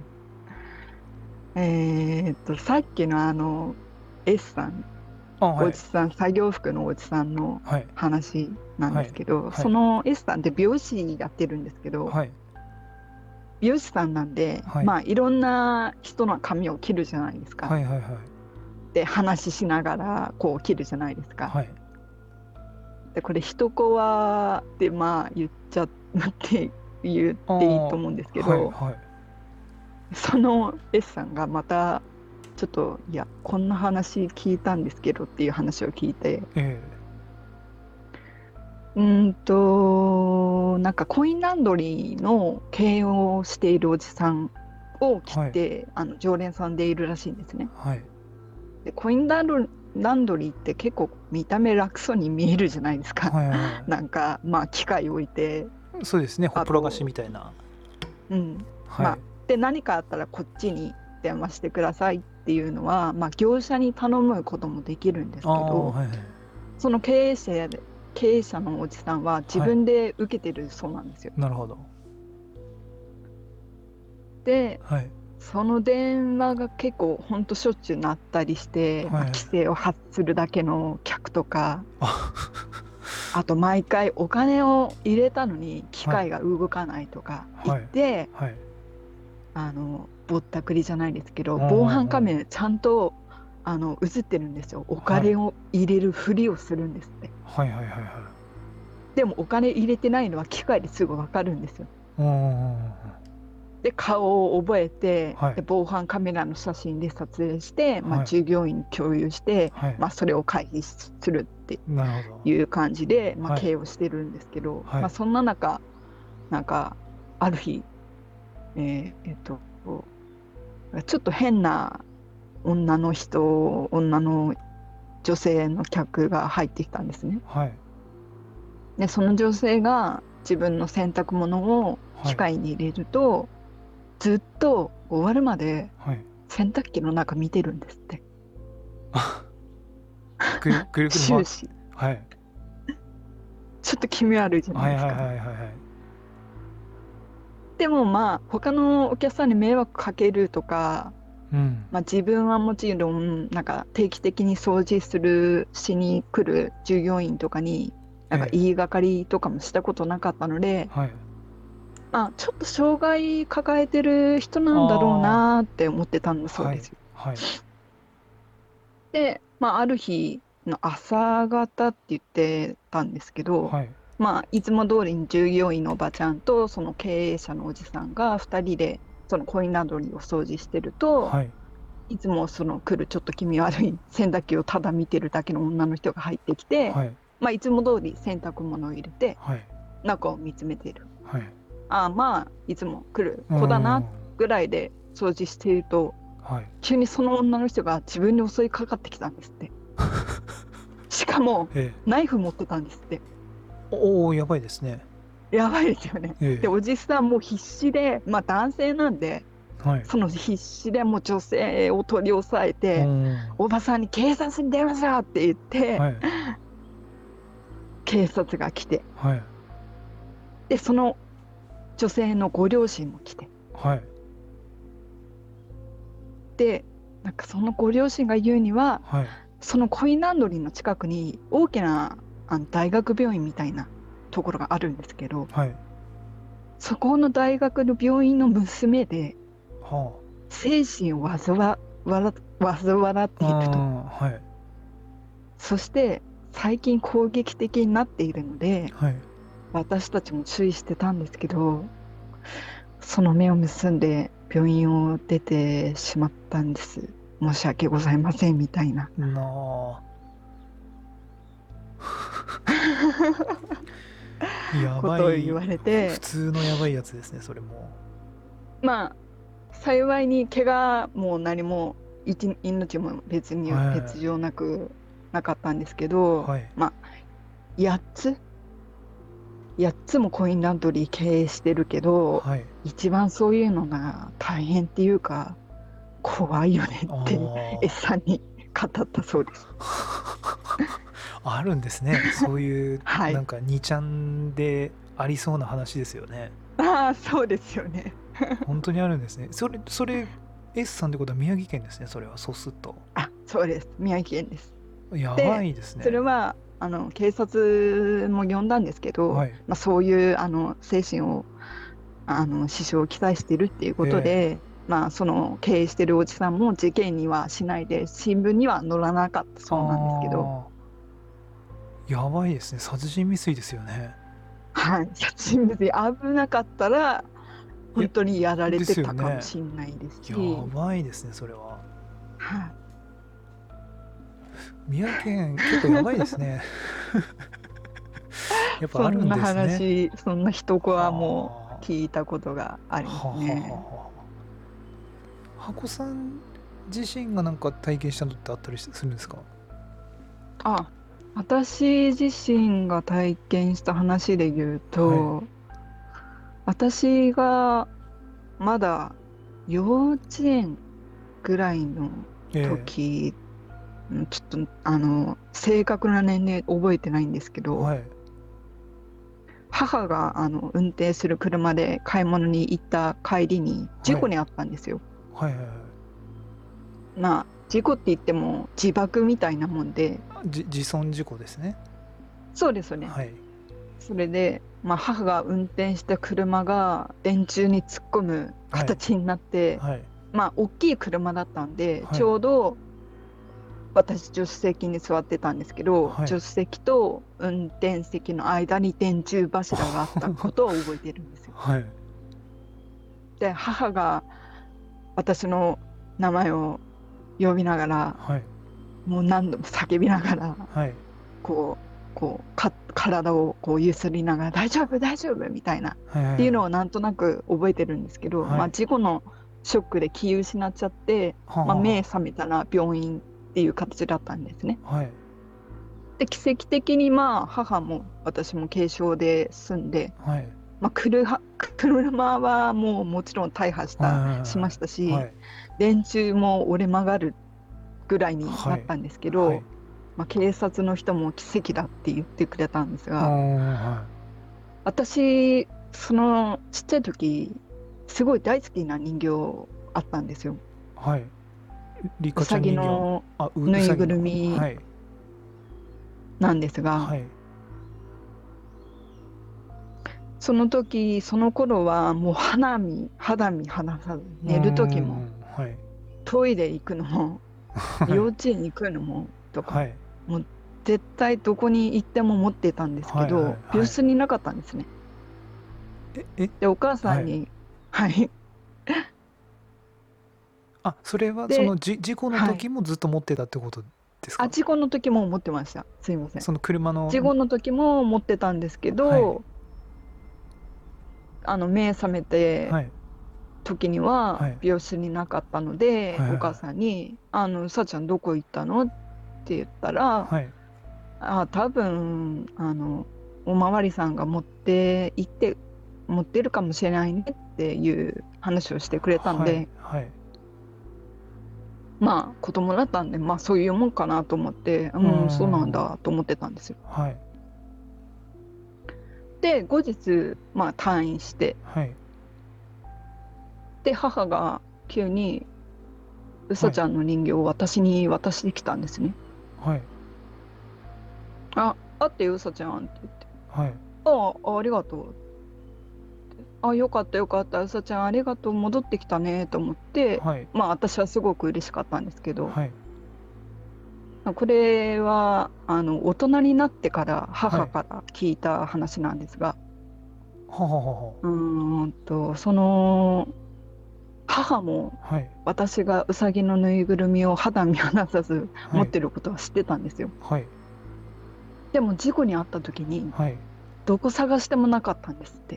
えーっと、さっきのあの、S さん、 あ、はい、 おじさん、作業服のおじさんのはい、 話なんはい、 ですけど、 はい、 その S さんって美容師やってるんですけど、 はい、 美容師さんなんで、 はい、 まあ、いろんな人の髪を切るじゃないですか。 はい、はい、はい、 で、話しながら、こう切るじゃないですか。 はい、 で、これ、一コアで、まあ、言っちゃって言っあていいとあ、 思うんですけはい、 ど、 はい、 その S さんがまた、ちょっと、いや、こんな話聞いたんですけどっていう話を聞いて、 えうーんと、なんかコインランドリーの経営をしているおじさんをー、はい、 切って、あの常連さんでいるらしいんですね。 はい、 で、コインランド、ランドリーって結構見た目楽そうに見えるじゃないですか。 はい、はなんか、まあ、機械置いて、 い、そうですね、ほっぽらかしあと、 みたいな、 うん。まあ、 はい、 で、何かあったらこっちに電話してくださいっていうのは、まあ、業者に頼むこともできるんですああ、 けど、 はい、はい、 その経営者で、経営者のおじさんは自はい、 分で受けてるそうなんですよ。 なるほど。 で、 はい。 その電話が結構ほんとしょっちゅう鳴ったりして、まあ、 はい。 規制を発するだけの客とか、 あ、 あと毎回お金を入れたのに機はい。 械が動かないとか言っはい。 て、 はい。 あのぼったくりじゃないですけど、 うんう防犯んうん。 カメラちゃんとあの映ってるんですよ。おはい。 金を入れるふりをするんですって。 はいはいはいはい。 でもお金入れてないのは機械ですぐわかるんですよ。 うんうんうんうん。 で、顔を覚えて、 はい。 で、防犯カメラの写真で撮影して、まあ、 はい。 従業員に共有して、 はい。 まあ、それを回避するってなるほど。 いう感じで、まあ、 はい。 経営をしてるんですけど、まあ、 はい。 そんな中、なんか、ある日、えーえっと、ちょっと変な女の人、女の女性の客が入ってきたんですね。 はい。 で、その女性が自分の洗濯物を機はい。 械に入れると、ずっと終わるまではい。 洗濯機の中見てるんですって。 あ、くる、くるくる回っ、 終始。 はい。 ちょっと気味悪いじゃないはいはいですか。 はいはいはい。 でもまあ、他のお客さんに迷惑かけるとか、 うん。 まあ自分はもちろん、なんか定期的に掃除する、しに来る従業員とかに、なんかええ。 言いがかりとかもしたことなかったので、 はい。 まあちょっと障害抱えてる人なんだろうあなーって思ってたんだあ。はい。 そうですよ。 はい。 で、まあある日の朝方って言ってたんですけど、 はい。 まあいつも通りに従業員のおばちゃんとその経営者のおじさんがふたりでそのコインランドリーを掃除してると、 はい。 いつもその来るちょっと気味悪い洗濯機をただ見てるだけの女の人が入ってきて、 はい。 まあ、いつも通り洗濯物を入れてはい。 中を見つめている。 はい。 ああ、まあいつも来るうー子だなん。 ぐらいで掃除していると、 はい。 急にその女の人が自分に襲いかかってきたんですって。しかもええ。 ナイフ持ってたんですって。 おお、やばいですね。 やばいですよね。で、 えおじさんも必死で、まあ男性なんで、 え。はい。 その必死でもう女性を取り押さえうーて、 ん。 おばさんに警察に電話しろって言って、 はい。 警察が来て、 はい。 で、その女性のご両親も来て、 はい。 で、なんかそのご両親が言うには、 はい。 そのコインランドリーの近くに大きなあの大学病院みたいなところがあるんですけど、 はい。 そこの大学の病院の娘では精神を患わわら患わってあ。うーいると。 ん。はい。 そして最近攻撃的になっているので、 はい。 私たちも注意してたんですけど、その目を盗んで病院を出てしまったんです。申し訳ございませんみたいななあ。やこばい。 とを言われ普て、 通のやばいやつですね、それも。 まあ幸いに怪我も何もいち命も別には別状なくなかったんですけど、 い。はい。 まあやっつやっつもコインランドリー経営してるけど、 はい。 一番そういうのが大変っていうか怖いよねあってあ。 S さんに語ったそうです。 あるんですね。そういう、 はい。 なんか、にちゃんでありそうな話ですよね。 ああ、そうですよね。 本当にあるんですね。それ、それ、S さんってことは宮城県ですね、それは。そうすると。 あ、そうです。宮城県です。 やばで、 いですね。 それはあの警察も呼んだんですけど、 はい。 まあ、そういうあの精神をあの支障をきたしているっていうことええ。 で、まあ、その経営してるおじさんも事件にはしないで新聞には載らなかったそうなんですけど、 ああ、やばいですね。殺人未遂ですよね。 はい、殺人未遂危なかったらいや、 本当にやられですよてたかもね。 しれないですやし、 ばいですね、それは。 はい、 宮城県、結構やばいですね。やっぱあるんそんなですね。 話、そんな一コアもは聞いたことがああ。 りまはあ、はあ、 すね。 はあ。箱さん自身がなんか体験したのってあったりするんですか？ あ、私自身が体験した話で言うはい。 と、私がまだ幼稚園ぐらいのええ。 時、うんちょっとあの正確な年齢覚えてないんですけど、 はい。 母があの運転する車で買い物に行った帰りに事はい。 故に遭ったんですよ。 はいはいはい。 まあ事故って言っても自爆みたいなもんで、 じ自損事故ですね。 そうですよね。 はいそれで、まあ、母が運転した車が電柱に突っ込むはい形になって、 はいまあ大きい車だったんで、ちはいょうど私助手席に座ってたんですけど、 はい。 助手席と運転席の間に電柱柱があったことを覚えてるんですよ。 はいで、母が私の名前を呼びながら、 はいもう何度も叫びながら、 はいこう、こうか体をこう揺すりながら、大丈夫、大丈夫みたいな、 はいはいっていうのをなんとなく覚えてるんですけど、まあ、 はい。 事故のショックで気を失っちゃって、まあ、目はは覚めたら病院っていう形だったんですね。 ははいで、奇跡的にまあ母も私も軽傷で済んで、 はいまあ、車、車はもうもちろん大破しはいた、しましたし、 はい電柱も折れ曲がるぐらいにはいなったんですけはいど、まあ、警察の人も奇跡だって言ってくれたんですああが、 は私、そのちっちゃい時、すごい大好きな人形あったんですよ。 いはい。リカちゃうさぎん人形。 のあ、う、 ぬいぐうさぎの。 るみはいなんですが、 はいその時、その頃はもう肌身、肌身離さず、 うー寝る時も、 んはいトイレ行くのも、幼はい稚園行くのも、とか、 はいもう絶対どこに行っても持ってたんですけはいはいど、病はい室になかったんですね。 ええで、お母さはい。 んに、はい。 あ、それはそで、 のじ事故のはい。 時もずっと持ってたってことですあ、 か？ 事故の時も持ってました。すいません。 その車の。 事故の時も持ってたんですけはいど、あの、目覚めてはい時にははい病室になかったので、お母はいはいさんに、あの、さちゃんどこ行ったのって言ったら、 はいあ、多分、あの、おまわりさんが持って行って、持ってるかもしれないねっていう話をしてくれたんはいで、 はいまあ、子供だったんで、まあ、そういうもんかなと思って、 うーうん、そうなんんだと思ってたんですよ。 はいで、後日、まあ、退院して、 はいで、母が急に、うはいさちゃんの人形を私に渡してきたんですね。 はいあ、あってよ、うさちゃんって言って。 はいああ、ありがとう。あ、よかったよかった、うさちゃんありがとう、戻ってきたねと思って、 はいまあ私はすごく嬉しかったんですけど、 はいこれはあの大人になってからはい母から聞いた話なんですが、 はははうーんと、その母もははい私がうさぎのぬいぐるみを肌身離さず持っはいてることは知ってたんですよ。 はいでも事故に遭った時にはい。 どこ探してもなかったんですって。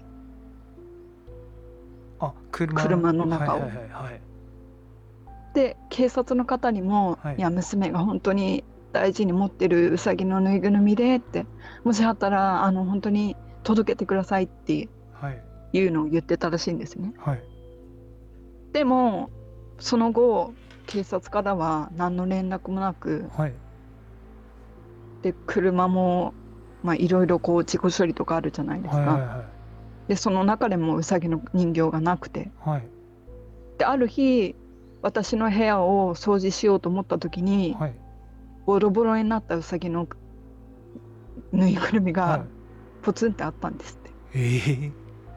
あ、車。 車のはいはい中を。 はいはいで、警察の方にも、 はいいや、娘が本当に大事に持ってるうさぎのぬいぐるみでって、もしあったら、あの、本当に届けてくださいってはいいうのを言ってたらしいんですね。 はいでも、その後、警察からは何の連絡もなく、 はいで、車も、まあ、いろいろこう、事故処理とかあるじゃないですか。 はいはいはいで、その中でもうさぎの人形がなくて。 はいで、ある日、私の部屋を掃除しようと思った時に、 はいボロボロになったうさぎのぬいぐるみはいがポツンってあったんですって。 ええ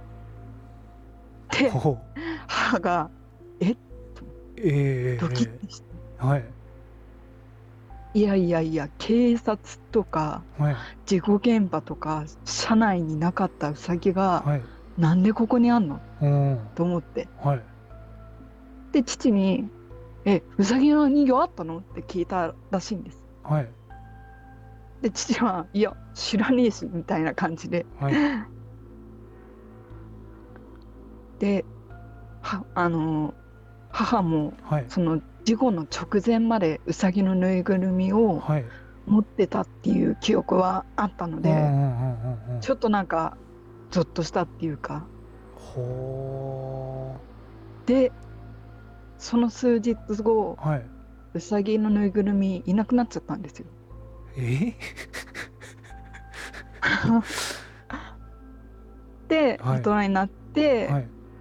で、 ほう母が、え、ドキッええてして、 はいいやいやいや、警察とかはい事故現場とか車内になかったうさぎがはいなんでここにあんのうんと思って。 はいで、父に、え、うさぎの人形あったのって聞いたらしいんです。 はいで、父は、いや、知らねえし、みたいな感じで。 はいで、は、あの、母も、 はいその事故の直前までうさぎのぬいぐるみをはい持ってたっていう記憶はあったのうんうで、 んうんうんうんちょっとなんか、ゾッとしたっていうか、 ほで、その数日後、 ーはいうさぎのぬいぐるみいなくなっちゃったんですよ。 えで、 はい大人になって、 はい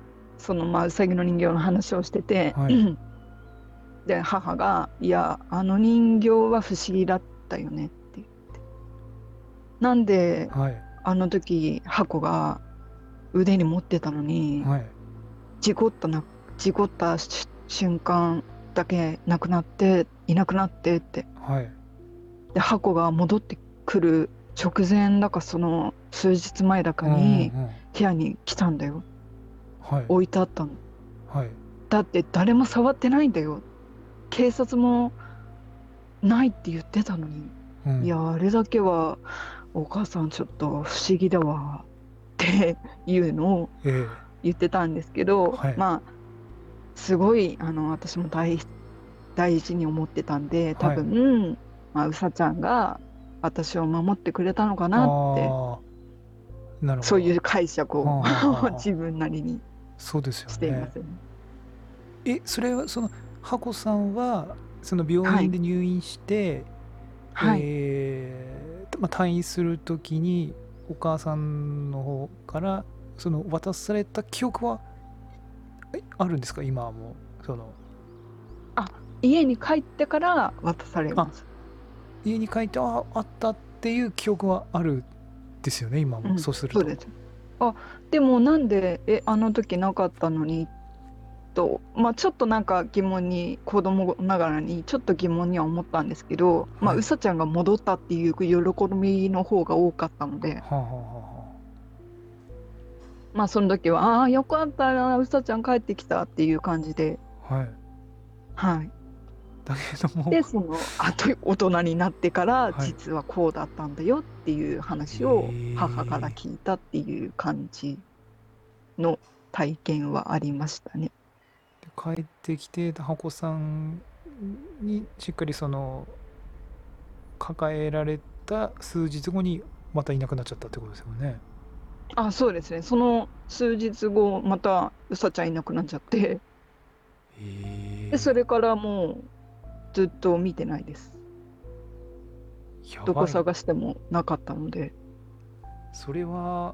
そのまあうさぎの人形の話をしてて、 はい。 で母が「いやあの人形は不思議だったよね」って。なんではい。 あの時箱が腕に持ってたのにはい。 事故ったな事故ったし瞬間だけなくなっていなくなってって。 はい。 で箱が戻ってくる直前だかその数日前だかうんうんにうん。 部屋に来たんだよ。 はい。 置いてあったの。 はい。 だって誰も触ってないんだよ。警察もないって言ってたのに。 うん。 いやあれだけはお母さんちょっと不思議だわっていうのをええ。 言ってたんですけど、 はい。 まあすごいあの私も大大事に思ってたんで、多はい。 分、まあ、うさちゃんが私を守ってくれたのかなって、 ああ、なるほど。 そういう解釈をはあはあはあはあ。 自分なりにそうですよしていまね。 すね。 え、それはその、ハコさんは、その病はい、 院で入院して、 はい。 えーまあ、退院するときに、お母さんの方から、その渡された記憶はえあるんですか、今はもう。その、 あ、家に帰ってから渡されあ、 ます。 家に帰って、あ、あったっていう記憶はあるですよね、今も。 うん、 そうすると。 そうです。あ、でもなんで、え、あの時なかったのにと、まあ、ちょっとなんか疑問に、子供ながらにちょっと疑問には思ったんですけど、まあ、 はい。 うさちゃんが戻ったっていう喜びの方が多かったので、 はあはあはまあ、その時は、ああー、よかったな、うさちゃん帰ってきたっていう感じで、 あはあ。はい。 はい。 だけども、 で、その後、大人になってから、 はい。 実はこうだったんだよっていう話を母からええ、 聞いたっていう感じの体験はありましたね。 で帰ってきて、ハコさんにしっかりその、抱えられた数日後にまたいなくなっちゃったってことですよね。 あ、そうですね。その数日後、またうさちゃんいなくなっちゃって、で、そえれからもうずっと見てないです。 え、やどこばい。 探してもなかったので。 それは、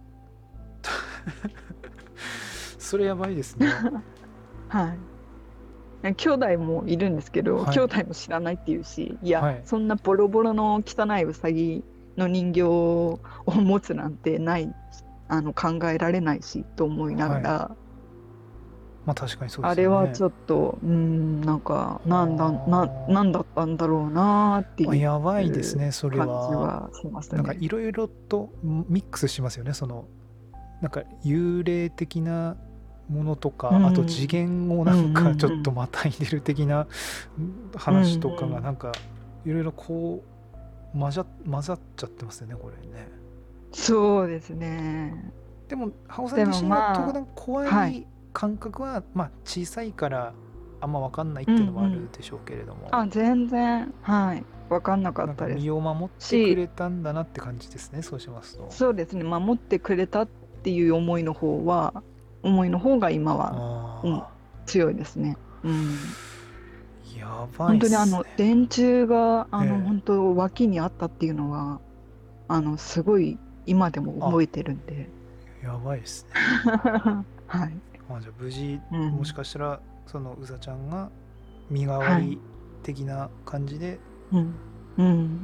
それやばいですね。 はい。兄弟もいるんですけど、 はい。 兄弟も知らないっていうし、いや、 はい。 そんなボロボロの汚いうさぎの人形を持つなんてない、あの考えられないしと思いながはい。 ら、 まあ確かにそうであすよね。 れはちょっと、うーん、なんか、なんだ、な、 はなんだったんだろうなってあ。あ、 いやばいですうね、それ感じは。 はしますなんかね。 いろいろとミックスしますよね。その、なんか幽霊的なものとうか、あと次ん、 元をなんうん、うかちょっとん、 またいでる的なうん、 話とかうん。 がなんかいろいろこう混ざ混ざっちゃってますよね、これね。 そうですね。 でも、羽生さんでも自身は特まあ、 段怖はい。 い感覚は、まあ小さいからあんま分かんないっうん、 ていうのもあうん。 るでしょうけれども、 あ、全然、はい。わかんなかなんかったです。 身を守ってくし、 れたんだなって感じですね、そうしますと。 そうですね。守ってくれたっていう思いの方は、思いの方が今は、うん、 あ強いですね。うん。 あ、やばい本当にあの、 っすね。 電柱が、あの、 ええ。 本当脇にあったっていうのは、あの、すごい今でもあ、 覚えてるんで。 やばいっすね。 はい。 あ、じゃあ無事、もしうん。 かしたら、そのうさちゃんが身代わはい。 り的な感じで、 うん。うん。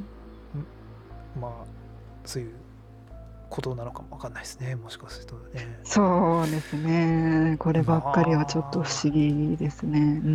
んまあ、そういうことなのかもわかんないですね、もしかするとね。 そうですね。こればっかりはちょっと不ま思議ですね。うん。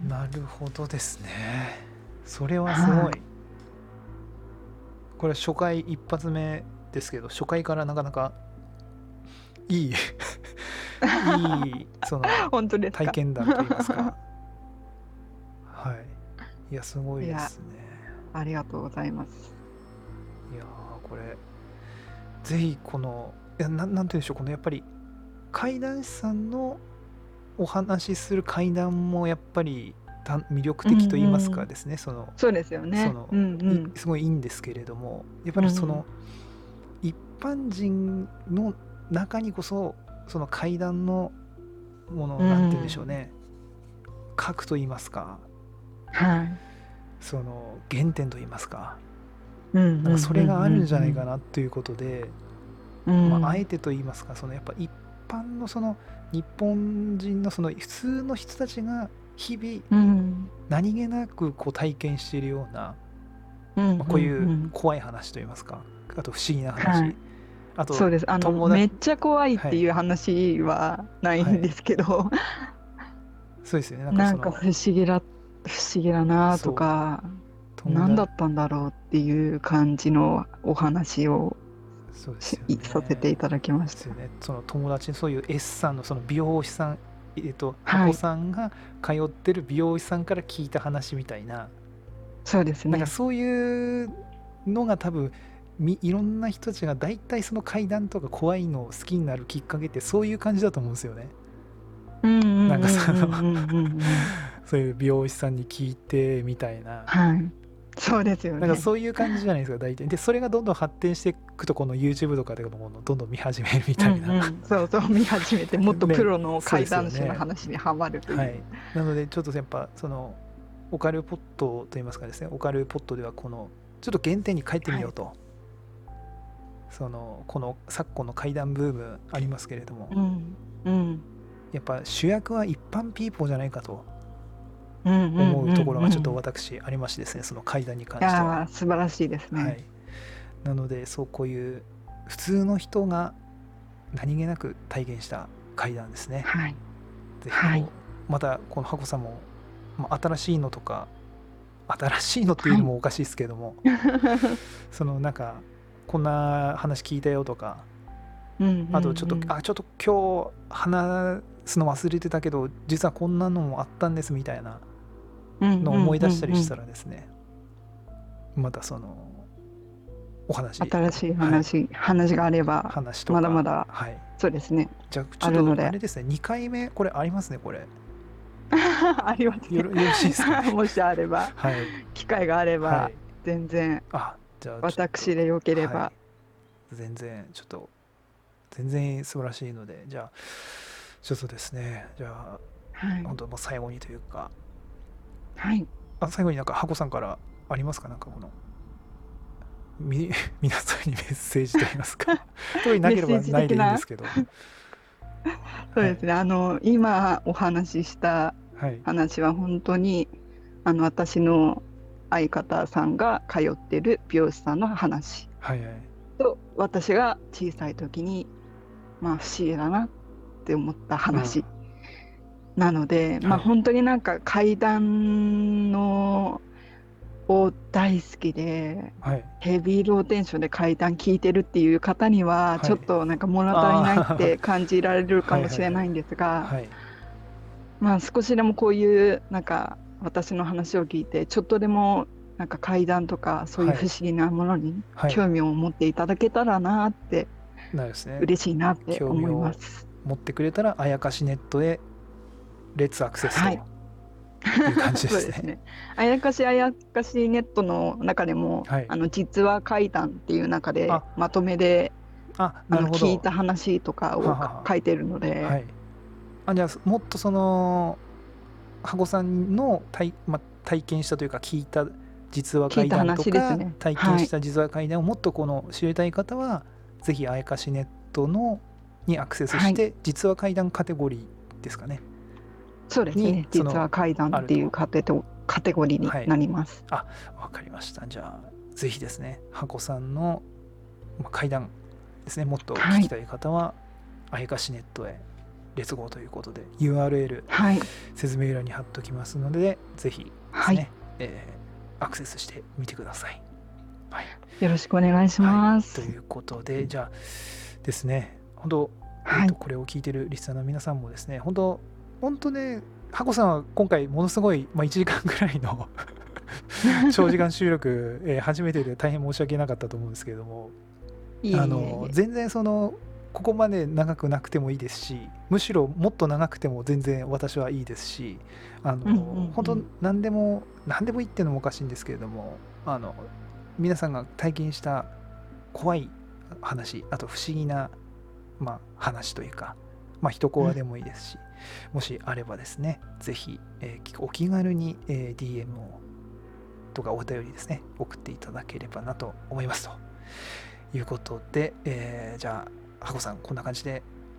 あ、なるほどですね。それはすごい。 はい。 これ初回一発目ですけど、初回からなかなかいいいい、その、 本当ですか。 体験談といいますか。はい。いや、すごいや、 いですね。 ありがとうございます。 いやー、これ、ぜひこの、いやな、なんて言うんでしょう、このやっぱり、怪談師さんのお話しする怪談もやっぱりた魅力う的と言いますんうん。 かですね、その、 そうですよね。うその、いんうん。 すごいいいんですけれども、やっぱうん。 りその、一般人の中にこそ、その怪談のものうを、なんて言うんでしょうん。 ね、核と言いますか、 はい。 その原点と言いますか、 うんうんなんかそれがあるんじゃないかうんなということで、 うんうん。 まあ、あえうん。 てと言いますか、そのやっぱ一般のその日本人のその普通の人たちが日々 うん何気なくこう体験しているような、 うんまあ、こういうんううん怖い話といいますか、あと不思議なは話、 い、 あとそうです。あの、 友達、 めっちゃ怖いっはいていう話はないはいんですけど、 そうですよね。なんかそのなんか不思議だ、不思議だなとそうか、 友達何だったんだろうっていう感じのお話をしそうですよさせていね。 ただきました。 ですよね。その友達にそういう S さんのその美容師さん、えっと、箱はい、 さんが通ってる美容師さんから聞いた話みたいな、 そうですね。 なんかそういうのが多分みいろんな人たちが大体その怪談とか怖いのを好きになるきっかけってそういう感じだと思うんですよね。 うんうんなんかそのうんうんうんうんうん。 そういう美容師さんに聞いてみたいな、 はい。そうですよなんかね。 そういう感じじゃないですか大体。でそれがどんどん発展していくとこの YouTube とかでもどんどん見始めるみうんたいな。 うん。そうそう、見始めて、もっとプね、 ロのそうですよ怪談師のね。 話にはまるという。 はい。なのでちょっとやっぱそのオカルポットといいますかですね、オカルポットではこのちょっと原点に帰ってみはい。 ようと、そのこの昨今の怪談ブームありますけれども、 うんうんやっぱ主役は一般ピーポーじゃないかとうんうん思ううところがちょっとんうん。い私ありましてですね、その怪談に関しては。 やー、素晴らしいですね。 はい。なのでそうこういう普通の人が何気なく体験した怪談ですね。 はい。 ぜひはい。 こうまたこの箱さんも、まあ、新しいのとか新しいのっていうはい。 のもおかしいですけども、そのなんかこんな話聞いたよとか、 うんうんあとちょっとうん。 あちょっと今日話すの忘れてたけど実はこんなのもあったんですみたいなうんのをうんう思い出したりしたんうん。 らですね、またそのお話、 新しいはい、 話、話があれば、 話とか、 まだまだ、 はい、 そうですね。 じゃあちょっとあるので。 あれですね、にかいめこれありますね、これありますね。 よろよろしいですかね。 もしあれば、 はい、 機会があれば、 はい、 全然、 あ、じゃあちょっと、 私でよけれはい、 ば。 全然ちょっと全然素晴らしいので、じゃあちょっとですね、じゃあはい。 本当もう最後にというか、 はい。 あ、最後になんか箱さんからありますか、なんかこのみ皆さんにメッセージといいますか特になけれメッセージばないでいいんで的な、 すけど、はい、 そうですね。あの、今お話ししたはい、 話は本当に、あの、私の相方さんが通ってる美容師さんの話はい、はい、 と、私が小さい時に、まあ、不思議だなって思ったうん、 話なので、まあ、 はい、 本当になんか怪談のを大好きで、 はい、 ヘビーローテンションで怪談聞いてるっていう方には、 はい、 ちょっとなんか物足りないっあて感じられるあ、はい、 かもはい、はい、 しれないんですが、 はい、 まあ少しでもこういうなんか私の話を聞いて、ちょっとでもなんか怪談とかそういうはい、 不思議なものにはい、 興味を持っていただけたらなって、 なるですね、 嬉しいなって思いま興味をす。 持ってくれたらあやかしネットへレッツアクセスとはい。 いう感じですね。 そうですね。あやかしあやかしネットの中でも、 はい、 あの実話怪談っていう中であ、 まとめであ、 あのなるほど、 聞いた話とかをははは、 書いてるので、 はい、あ、じゃあもっとその羽子さんの体、まあ、体験したというか聞いた実話聞いた怪談とか話ですね。 体験はい。 した実話怪談をもっとこの知りたい方はぜひあやかしネットのにアクセスはい。 して実話怪談カテゴリーですかねにそうですね。 その実は怪談あると。 っていうカテゴカテゴリーにはい、 なります。 あ、わかりました。じゃあぜひですね羽子さんの、まあ、怪談ですねもっとはい。 聞きたい方はあやかしネットへレッツゴーということで ユーアールエルはい。 説明欄に貼っておきますのでぜひではい。 すね、えーアクセスしてみてください。はい、 よろしくお願いしはい、 ます。 ということでじゃあですね本当、えーと、 はい。 これを聞いてるリスナーの皆さんもですね本当本当ねハコさんは今回ものすごい、まあ、いちじかんぐらいの長時間収録、えー初めてで大変申し訳なかったと思うんですけれども、 いえあいえいえ。 の全然そのここまで長くなくてもいいですしむしろもっと長くても全然私はいいですしあうんうの本当んうん。 何でも何でもいいっていうのもおかしいんですけれどもあの皆さんが体験した怖い話あと不思議な、まあ、話というか、まあ、一コアでもいいですしもしあればですねぜひ、えーお気軽に、えー ディーエム をとかお便りですね送っていただければなと思いますということで、えーじゃあハコさんこんな感じで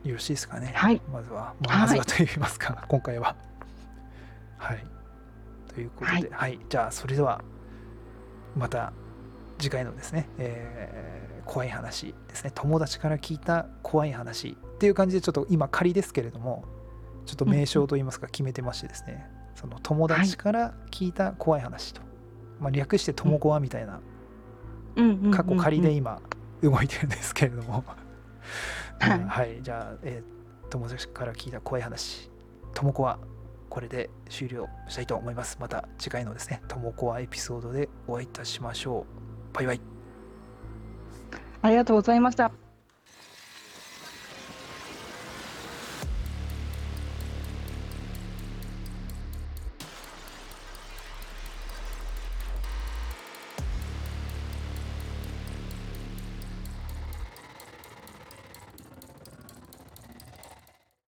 よろしいですかね。 はい。 まずは、まあ、まはい。 ずはと言いますか、今回は。はい。ということはい。 で、はい。じゃあ、それでは、また次回のですね、えー怖い話ですね、友達から聞いた怖い話っていう感じで、ちょっと今仮ですけれども、ちょっと名うんうん。 称といいますか決めてましてですね、その友はい。 達から聞いた怖い話と、まあ、略してうん。 友コアみたいな、 うんうん過去うんうん。 仮で今動いてるんですけれども、じゃあ、 はい。 はい、じゃあ、えー友達から聞いた怖い話、友コア、これで終了したいと思います。また次回のですね、友コアエピソードでお会いいたしましょう。バイバイ。 ありがとうございました。